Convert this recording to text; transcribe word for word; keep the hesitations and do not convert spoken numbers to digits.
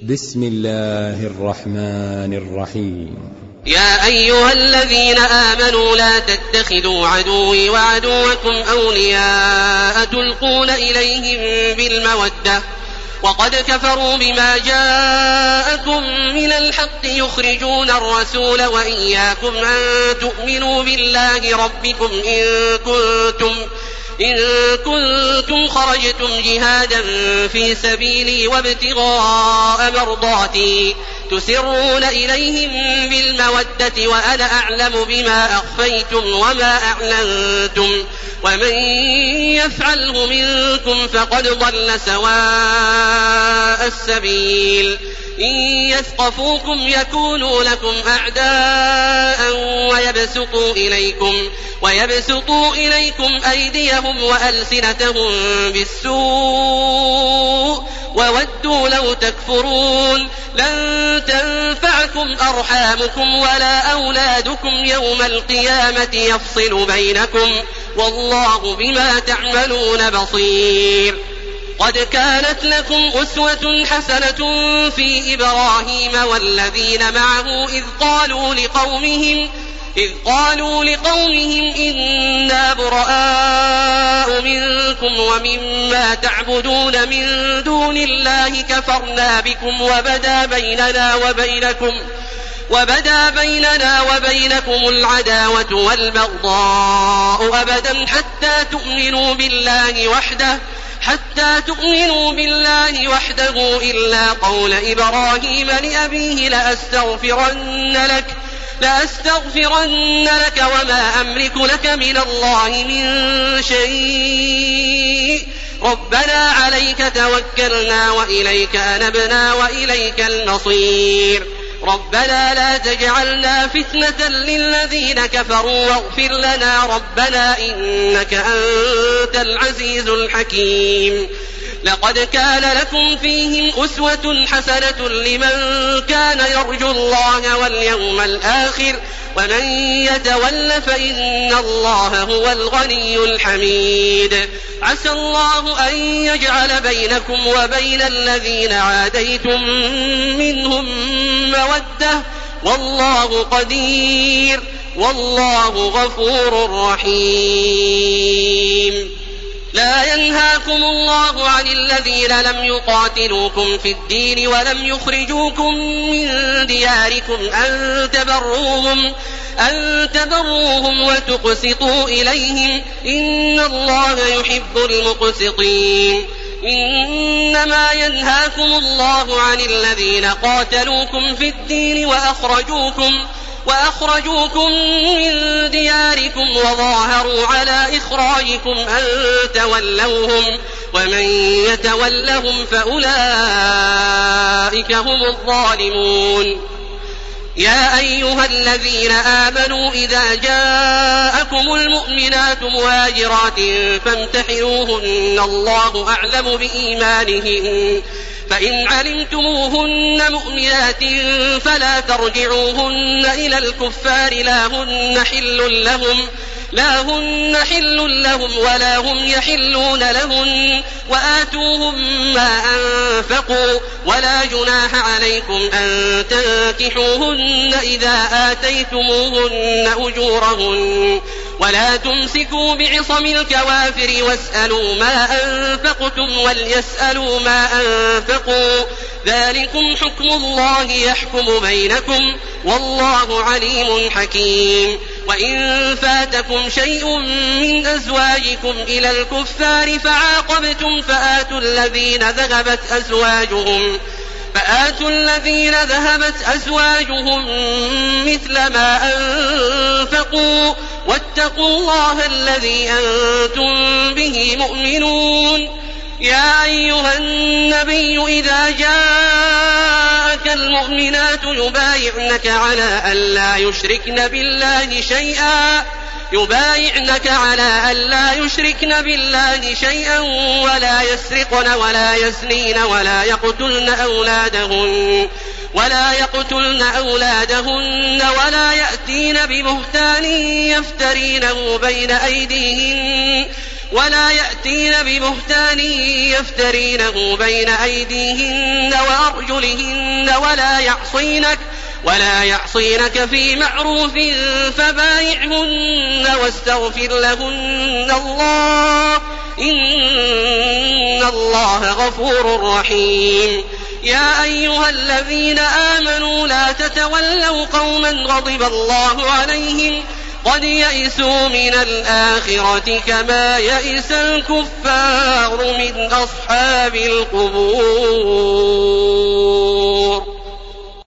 بسم الله الرحمن الرحيم. يا أيها الذين آمنوا لا تتخذوا عدوي وعدوكم أولياء تلقون إليهم بالمودة وقد كفروا بما جاءكم من الحق يخرجون الرسول وإياكم أن تؤمنوا بالله ربكم إن كنتم إن كنتم خرجتم جهادا في سبيلي وابتغاء مرضاتي تسرون إليهم بالمودة وأنا أعلم بما أخفيتم وما أعلنتم ومن يفعله منكم فقد ضل سواء السبيل إن يثقفوكم يكونوا لكم أعداء ويبسطوا إليكم ويبسطوا إليكم أيديهم وألسنتهم بالسوء وودوا لو تكفرون لن تنفعكم أرحامكم ولا أولادكم يوم القيامة يفصل بينكم والله بما تعملون بصير. قد كانت لكم أسوة حسنة في إبراهيم والذين معه إذ قالوا لقومهم إذ قالوا لقومهم إنا براء منكم ومما تعبدون من دون الله كفرنا بكم وبدا بيننا وبينكم وبدا بيننا وبينكم العداوة والبغضاء أبدا حتى تؤمنوا بالله وحده حتى تؤمنوا بالله وحده إلا قول إبراهيم لأبيه لأستغفرن لك لأستغفرن لك وما أملك لك من الله من شيء ربنا عليك توكلنا وإليك أنبنا وإليك المصير ربنا لا تجعلنا فتنة للذين كفروا واغفر لنا ربنا إنك أنت العزيز الحكيم. لقد كان لكم فيهم أسوة حسنة لمن كان يرجو الله واليوم الآخر ومن يتول فإن الله هو الغني الحميد. عسى الله أن يجعل بينكم وبين الذين عاديتم منهم مودة والله قدير والله غفور رحيم. لا ينهاكم الله عن الذين لم يقاتلوكم في الدين ولم يخرجوكم من دياركم أن تبروهم أن تبروهم وتقسطوا إليهم إن الله يحب المقسطين. إنما ينهاكم الله عن الذين قاتلوكم في الدين وأخرجوكم وأخرجوكم من دياركم وظاهروا على إخراجكم أن تولوهم ومن يتولهم فأولئك هم الظالمون. يا أيها الذين آمنوا إذا جاءكم المؤمنات مهاجرات فامتحنوهن الله أعلم بإيمانهن فإن علمتموهن مؤمنات فلا ترجعوهن إلى الكفار لا هن حل لهم لا هن حل لهم ولا هم يحلون لهن وآتوهم ما أنفقوا ولا جناح عليكم أن تنكحوهن إذا آتيتموهن أجورهن ولا تمسكوا بعصم الكوافر واسألوا ما أنفقتم وليسألوا ما أنفقوا ذلكم حكم الله يحكم بينكم والله عليم حكيم. وإن فاتكم شيء من أزواجكم إلى الكفار فعاقبتم فآتوا الذين ذهبت أزواجهم فآتوا الذين ذهبت أزواجهم مثل ما أنفقوا واتقوا الله الذي أنتم به مؤمنون. يا أيها النبي إذا جاءك المؤمنات يبايعنك على أن لا يشركن بالله شيئا يبايعنك على أن لا يشركن بالله شيئا ولا يسرقن ولا يزنين ولا يقتلن أولادهن ولا يقتلن أولادهن ولا يأتين ببهتان يفترينه بين أيديهن ولا يأتين ببهتان يفترينه بين أيديهن وأرجلهن ولا يعصينك ولا يعصينك في معروف فبايعهن واستغفر لهن الله إن الله غفور رحيم. يا أيها الذين آمنوا لا تتولوا قوما غضب الله عليهم قد يئسوا من الآخرة كما يئس الكفار من أصحاب القبور.